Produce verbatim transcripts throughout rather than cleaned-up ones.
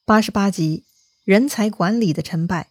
八十八集，人才管理的成败。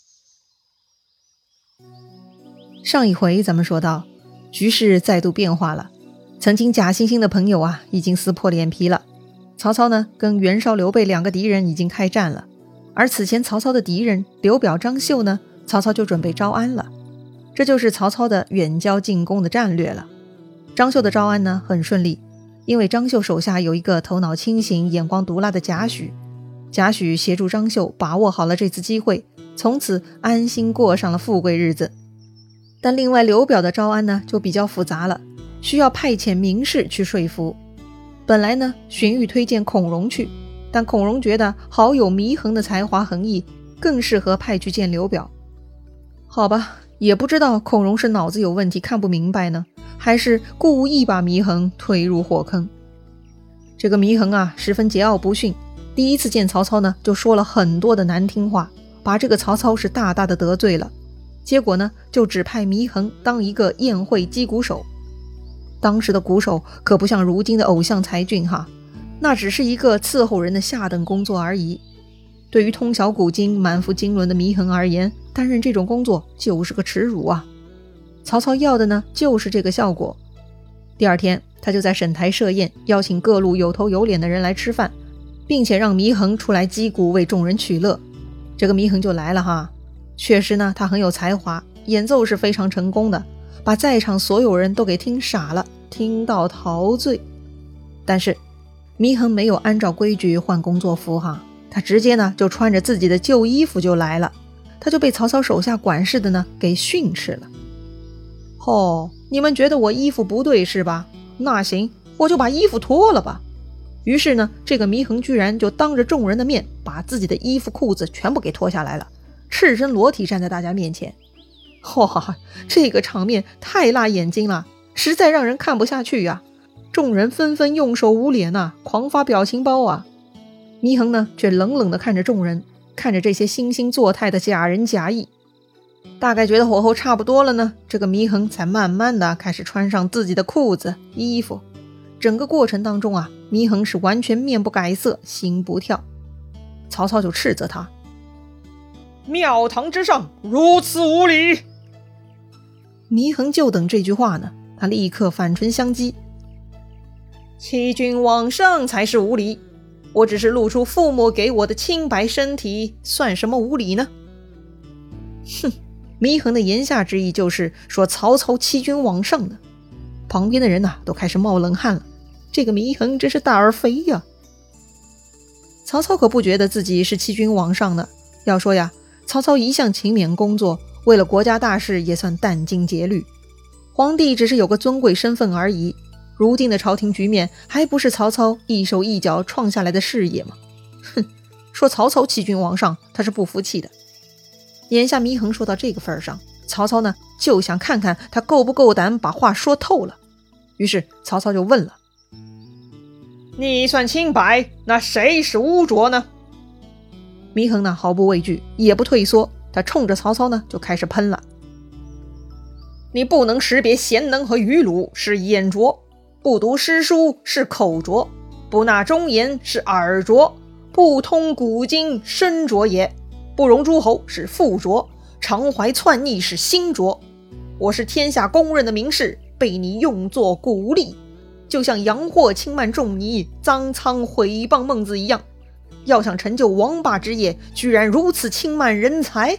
上一回咱们说到，局势再度变化了，曾经假惺惺的朋友啊，已经撕破脸皮了。曹操呢，跟袁绍、刘备两个敌人已经开战了，而此前曹操的敌人刘表、张绣呢，曹操就准备招安了。这就是曹操的远交近攻的战略了。张绣的招安呢，很顺利，因为张绣手下有一个头脑清醒、眼光毒辣的贾诩。贾诩协助张绣把握好了这次机会，从此安心过上了富贵日子。但另外刘表的招安呢，就比较复杂了，需要派遣名士去说服。本来呢，荀彧推荐孔融去，但孔融觉得好友祢衡的才华横溢，更适合派去见刘表。好吧，也不知道孔融是脑子有问题看不明白呢，还是故意把祢衡推入火坑。这个祢衡啊，十分桀骜不驯，第一次见曹操呢，就说了很多的难听话，把这个曹操是大大的得罪了。结果呢，就只派祢衡当一个宴会击鼓手。当时的鼓手可不像如今的偶像才俊哈，那只是一个伺候人的下等工作而已。对于通晓古今、满腹经纶的祢衡而言，担任这种工作就是个耻辱啊。曹操要的呢，就是这个效果。第二天，他就在沈台设宴，邀请各路有头有脸的人来吃饭，并且让祢衡出来击鼓为众人取乐。这个祢衡就来了哈，确实呢，他很有才华，演奏是非常成功的，把在场所有人都给听傻了，听到陶醉。但是祢衡没有按照规矩换工作服哈，他直接呢就穿着自己的旧衣服就来了，他就被曹操手下管事的呢给训斥了。哦，你们觉得我衣服不对是吧？那行，我就把衣服脱了吧。于是呢，这个祢衡居然就当着众人的面把自己的衣服裤子全部给脱下来了，赤身裸体站在大家面前。哇，这个场面太辣眼睛了，实在让人看不下去呀、啊！众人纷纷用手捂脸啊，狂发表情包啊。祢衡呢，却冷冷地看着众人，看着这些惺惺作态的假仁假义。大概觉得火候差不多了呢，这个祢衡才慢慢的开始穿上自己的裤子、衣服。整个过程当中啊，祢衡是完全面不改色，心不跳。曹操就斥责他：庙堂之上如此无礼！祢衡就等这句话呢，他立刻反唇相讥：欺君罔上才是无礼，我只是露出父母给我的清白身体，算什么无礼呢？哼，祢衡的言下之意就是说曹操欺君罔上的。旁边的人呐、啊，都开始冒冷汗了。这个祢衡真是大而肥呀！曹操可不觉得自己是欺君罔上的。要说呀，曹操一向勤勉工作，为了国家大事也算殚精竭虑。皇帝只是有个尊贵身份而已，如今的朝廷局面还不是曹操一手一脚创下来的事业吗？哼，说曹操欺君罔上，他是不服气的。眼下祢衡说到这个份上，曹操呢就想看看他够不够胆把话说透了。于是曹操就问了：你算清白，那谁是污浊呢？祢衡呢毫不畏惧，也不退缩，他冲着曹操呢就开始喷了：你不能识别贤能和愚鲁是眼拙，不读诗书是口拙，不纳忠言是耳拙，不通古今身拙也，不容诸侯是腹拙，常怀篡逆是心拙。我是天下公认的名士，被你用作鼓励，就像阳货轻慢仲尼、臧苍毁谤孟子一样，要想成就王霸之业，居然如此轻慢人才。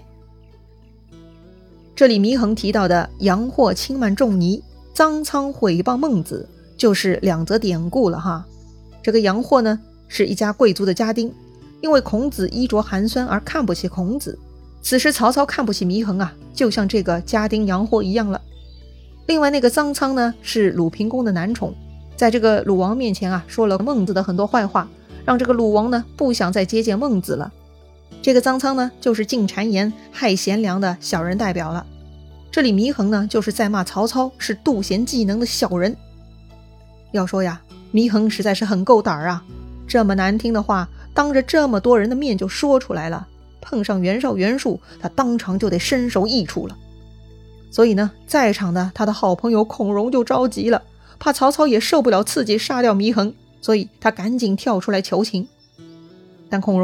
这里祢衡提到的阳货轻慢仲尼、臧苍毁谤孟子，就是两则典故了哈。这个阳货呢，是一家贵族的家丁，因为孔子衣着寒酸而看不起孔子。此时曹操看不起祢衡啊，就像这个家丁阳货一样了。另外那个臧苍呢，是鲁平公的男宠，在这个鲁王面前啊，说了孟子的很多坏话，让这个鲁王呢不想再接见孟子了。这个臧苍呢，就是进谗言害贤良的小人代表了。这里祢衡呢，就是在骂曹操是妒贤嫉能的小人。要说呀，祢衡实在是很够胆啊，这么难听的话当着这么多人的面就说出来了，碰上袁绍袁术，他当场就得身首异处了。所以呢，在场的他的好朋友孔融就着急了，怕曹操也受不了刺激杀掉祢衡，所以他赶紧跳出来求情。但孔融呢，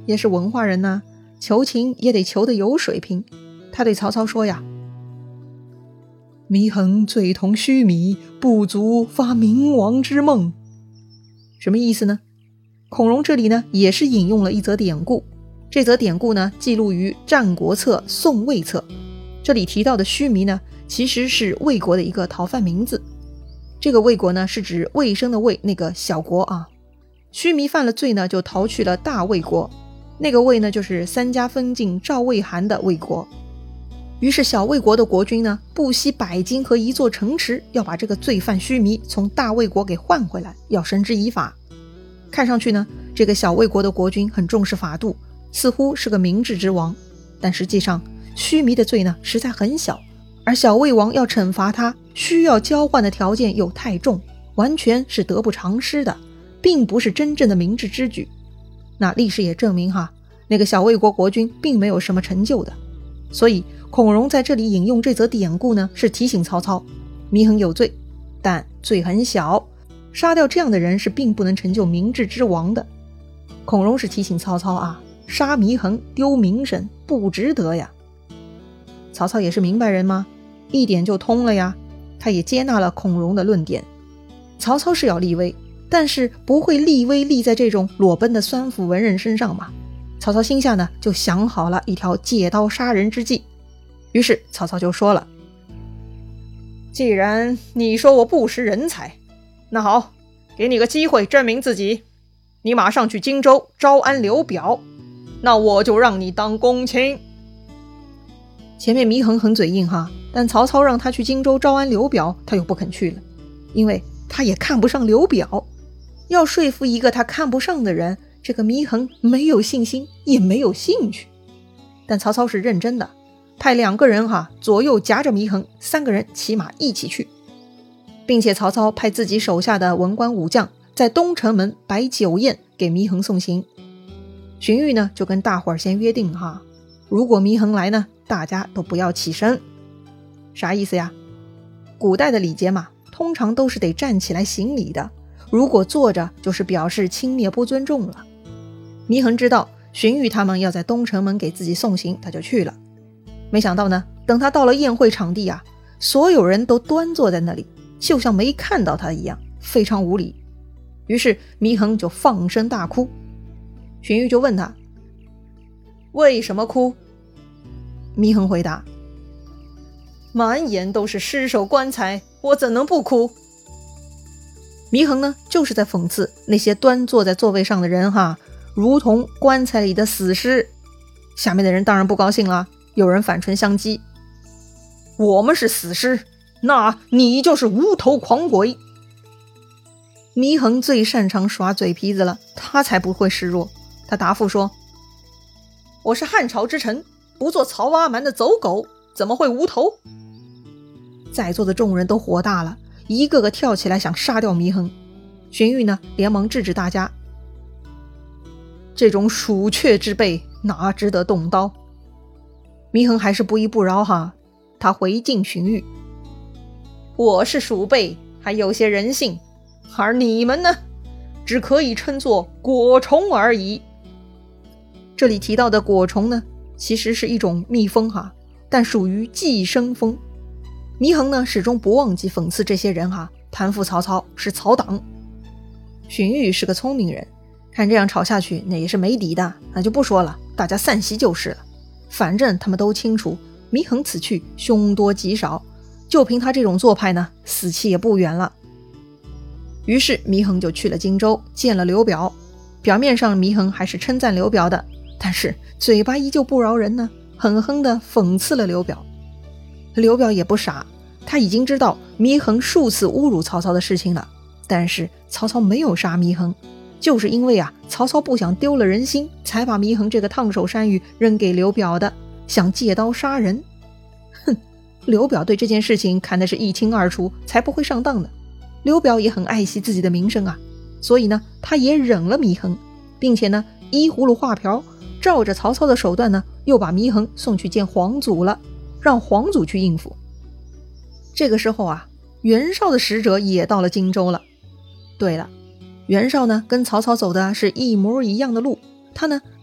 也是文化人呐、啊，求情也得求得有水平。他对曹操说呀：祢衡最同须弥，不足发明王之梦。什么意思呢？孔融这里呢也是引用了一则典故，这则典故呢记录于《战国策·宋魏策》，这里提到的须弥呢其实是魏国的一个逃犯名字。这个魏国呢是指魏生的魏那个小国啊，须弥犯了罪呢就逃去了大魏国，那个魏呢就是三家分晋赵魏韩的魏国。于是小魏国的国君呢不惜百金和一座城池，要把这个罪犯须弥从大魏国给换回来，要绳之以法。看上去呢这个小魏国的国君很重视法度，似乎是个明智之王，但实际上须弥的罪呢实在很小，而小魏王要惩罚他需要交换的条件又太重，完全是得不偿失的，并不是真正的明智之举。那历史也证明哈，那个小魏国国君并没有什么成就的。所以孔融在这里引用这则典故呢，是提醒曹操，祢衡有罪，但罪很小，杀掉这样的人是并不能成就明智之王的。孔融是提醒曹操啊，杀祢衡丢名声，不值得呀。曹操也是明白人吗？一点就通了呀，他也接纳了孔融的论点。曹操是要立威，但是不会立威立在这种裸奔的酸腐文人身上嘛。曹操心下呢就想好了一条借刀杀人之计，于是曹操就说了：既然你说我不识人才，那好，给你个机会证明自己，你马上去荆州招安刘表，那我就让你当公卿。前面祢衡很嘴硬哈，但曹操让他去荆州招安刘表，他又不肯去了，因为他也看不上刘表。要说服一个他看不上的人，这个祢衡没有信心也没有兴趣。但曹操是认真的，派两个人哈左右夹着祢衡，三个人骑马一起去，并且曹操派自己手下的文官武将在东城门摆酒宴给祢衡送行。荀彧呢就跟大伙儿先约定哈，如果祢衡来呢，大家都不要起身。啥意思呀？古代的礼节嘛，通常都是得站起来行礼的，如果坐着就是表示轻蔑不尊重了。祢衡知道荀彧他们要在东城门给自己送行，他就去了。没想到呢，等他到了宴会场地啊，所有人都端坐在那里，就像没看到他一样，非常无礼。于是祢衡就放声大哭。荀彧就问他：为什么哭？祢衡回答：满眼都是尸首棺材，我怎能不哭？祢衡呢就是在讽刺那些端坐在座位上的人哈，如同棺材里的死尸。下面的人当然不高兴了，有人反唇相讥：我们是死尸，那你就是无头狂鬼。祢衡最擅长耍嘴皮子了，他才不会示弱。他答复说：我是汉朝之臣，不做曹阿瞒的走狗，怎么会无头？在座的众人都火大了，一个个跳起来想杀掉祢衡。荀彧呢连忙制止大家：这种鼠雀之辈哪值得动刀？祢衡还是不依不饶哈，他回敬荀彧：我是鼠辈，还有些人性，而你们呢，只可以称作果虫而已。这里提到的果虫呢，其实是一种蜜蜂哈，但属于寄生蜂。祢衡呢始终不忘记讽刺这些人哈，贪腐曹操是曹党。荀彧是个聪明人，看这样吵下去那也是没底的，那就不说了，大家散席就是了。反正他们都清楚祢衡此去凶多吉少，就凭他这种做派呢，死期也不远了。于是祢衡就去了荆州，见了刘表。表面上祢衡还是称赞刘表的，但是嘴巴依旧不饶人呢，狠狠地讽刺了刘表。刘表也不傻，他已经知道祢衡数次侮辱曹操的事情了，但是曹操没有杀祢衡，就是因为啊，曹操不想丢了人心，才把祢衡这个烫手山芋扔给刘表的，想借刀杀人。哼，刘表对这件事情看的是一清二楚，才不会上当的。刘表也很爱惜自己的名声啊，所以呢，他也忍了祢衡，并且呢，依葫芦画瓢，照着曹操的手段呢，又把祢衡送去见皇祖了，让皇祖去应付。这个时候啊，袁绍的使者也到了荆州了。对了，袁绍呢跟曹操走的是一模一样的路，他呢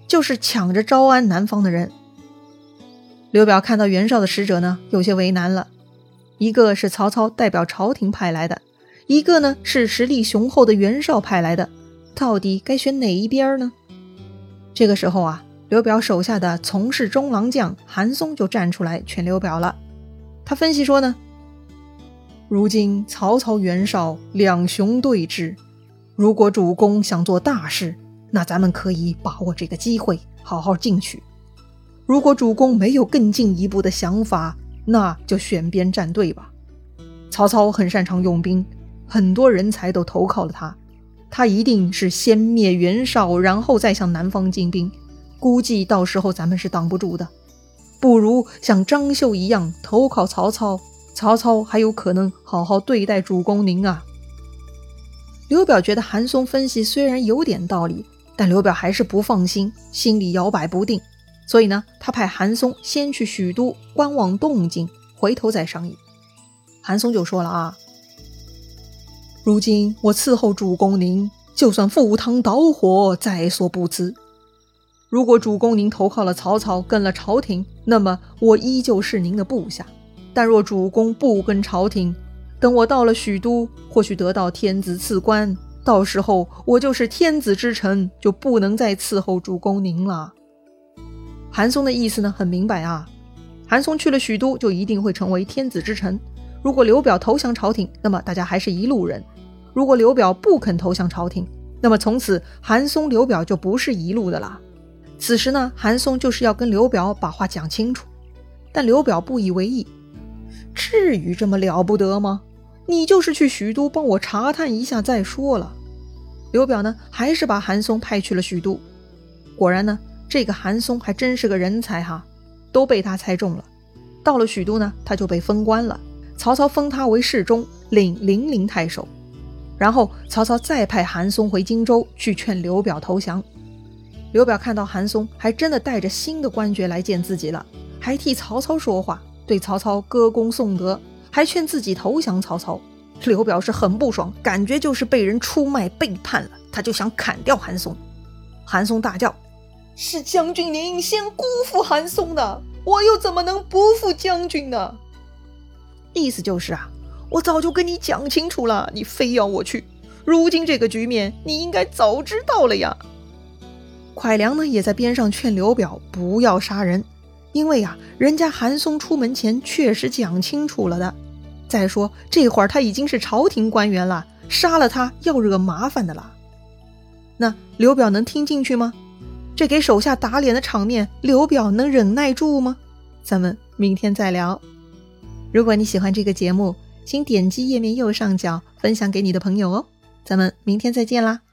就是抢着招安南方的人。刘表看到袁绍的使者呢，有些为难了。一个是曹操代表朝廷派来的，一个呢是实力雄厚的袁绍派来的，到底该选哪一边呢？这个时候啊，刘表手下的从事中郎将韩松就站出来劝刘表了。他分析说呢，如今曹操袁绍两雄对峙，如果主公想做大事，那咱们可以把握这个机会好好进取。如果主公没有更进一步的想法，那就选边站队吧。曹操很擅长用兵，很多人才都投靠了他，他一定是先灭袁绍，然后再向南方进兵，估计到时候咱们是挡不住的。不如像张绣一样投靠曹操，曹操还有可能好好对待主公您啊。刘表觉得韩松分析虽然有点道理，但刘表还是不放心，心里摇摆不定，所以呢，他派韩松先去许都观望动静，回头再商议。韩松就说了啊，如今我伺候主公您，就算赴汤蹈火在所不辞。如果主公您投靠了曹操，跟了朝廷，那么我依旧是您的部下。但若主公不跟朝廷，等我到了许都，或许得到天子赐官，到时候我就是天子之臣，就不能再伺候主公您了。韩松的意思呢很明白啊，韩松去了许都就一定会成为天子之臣，如果刘表投降朝廷，那么大家还是一路人；如果刘表不肯投降朝廷，那么从此韩松刘表就不是一路的啦。此时呢，韩松就是要跟刘表把话讲清楚，但刘表不以为意。至于这么了不得吗？你就是去许都帮我查探一下再说了。刘表呢，还是把韩松派去了许都。果然呢，这个韩松还真是个人才哈，都被他猜中了。到了许都呢，他就被封官了，曹操封他为侍中，领零陵太守。然后曹操再派韩松回荆州去劝刘表投降。刘表看到韩松还真的带着新的官爵来见自己了，还替曹操说话，对曹操歌功颂德，还劝自己投降曹操。刘表是很不爽，感觉就是被人出卖背叛了，他就想砍掉韩松。韩松大叫，是将军您先辜负韩松的，我又怎么能不负将军呢？意思就是啊，我早就跟你讲清楚了，你非要我去，如今这个局面你应该早知道了呀。蒯良呢也在边上劝刘表不要杀人，因为啊，人家韩松出门前确实讲清楚了的。再说这会儿他已经是朝廷官员了，杀了他要惹麻烦的了。那刘表能听进去吗？这给手下打脸的场面，刘表能忍耐住吗？咱们明天再聊。如果你喜欢这个节目，请点击页面右上角分享给你的朋友哦。咱们明天再见啦。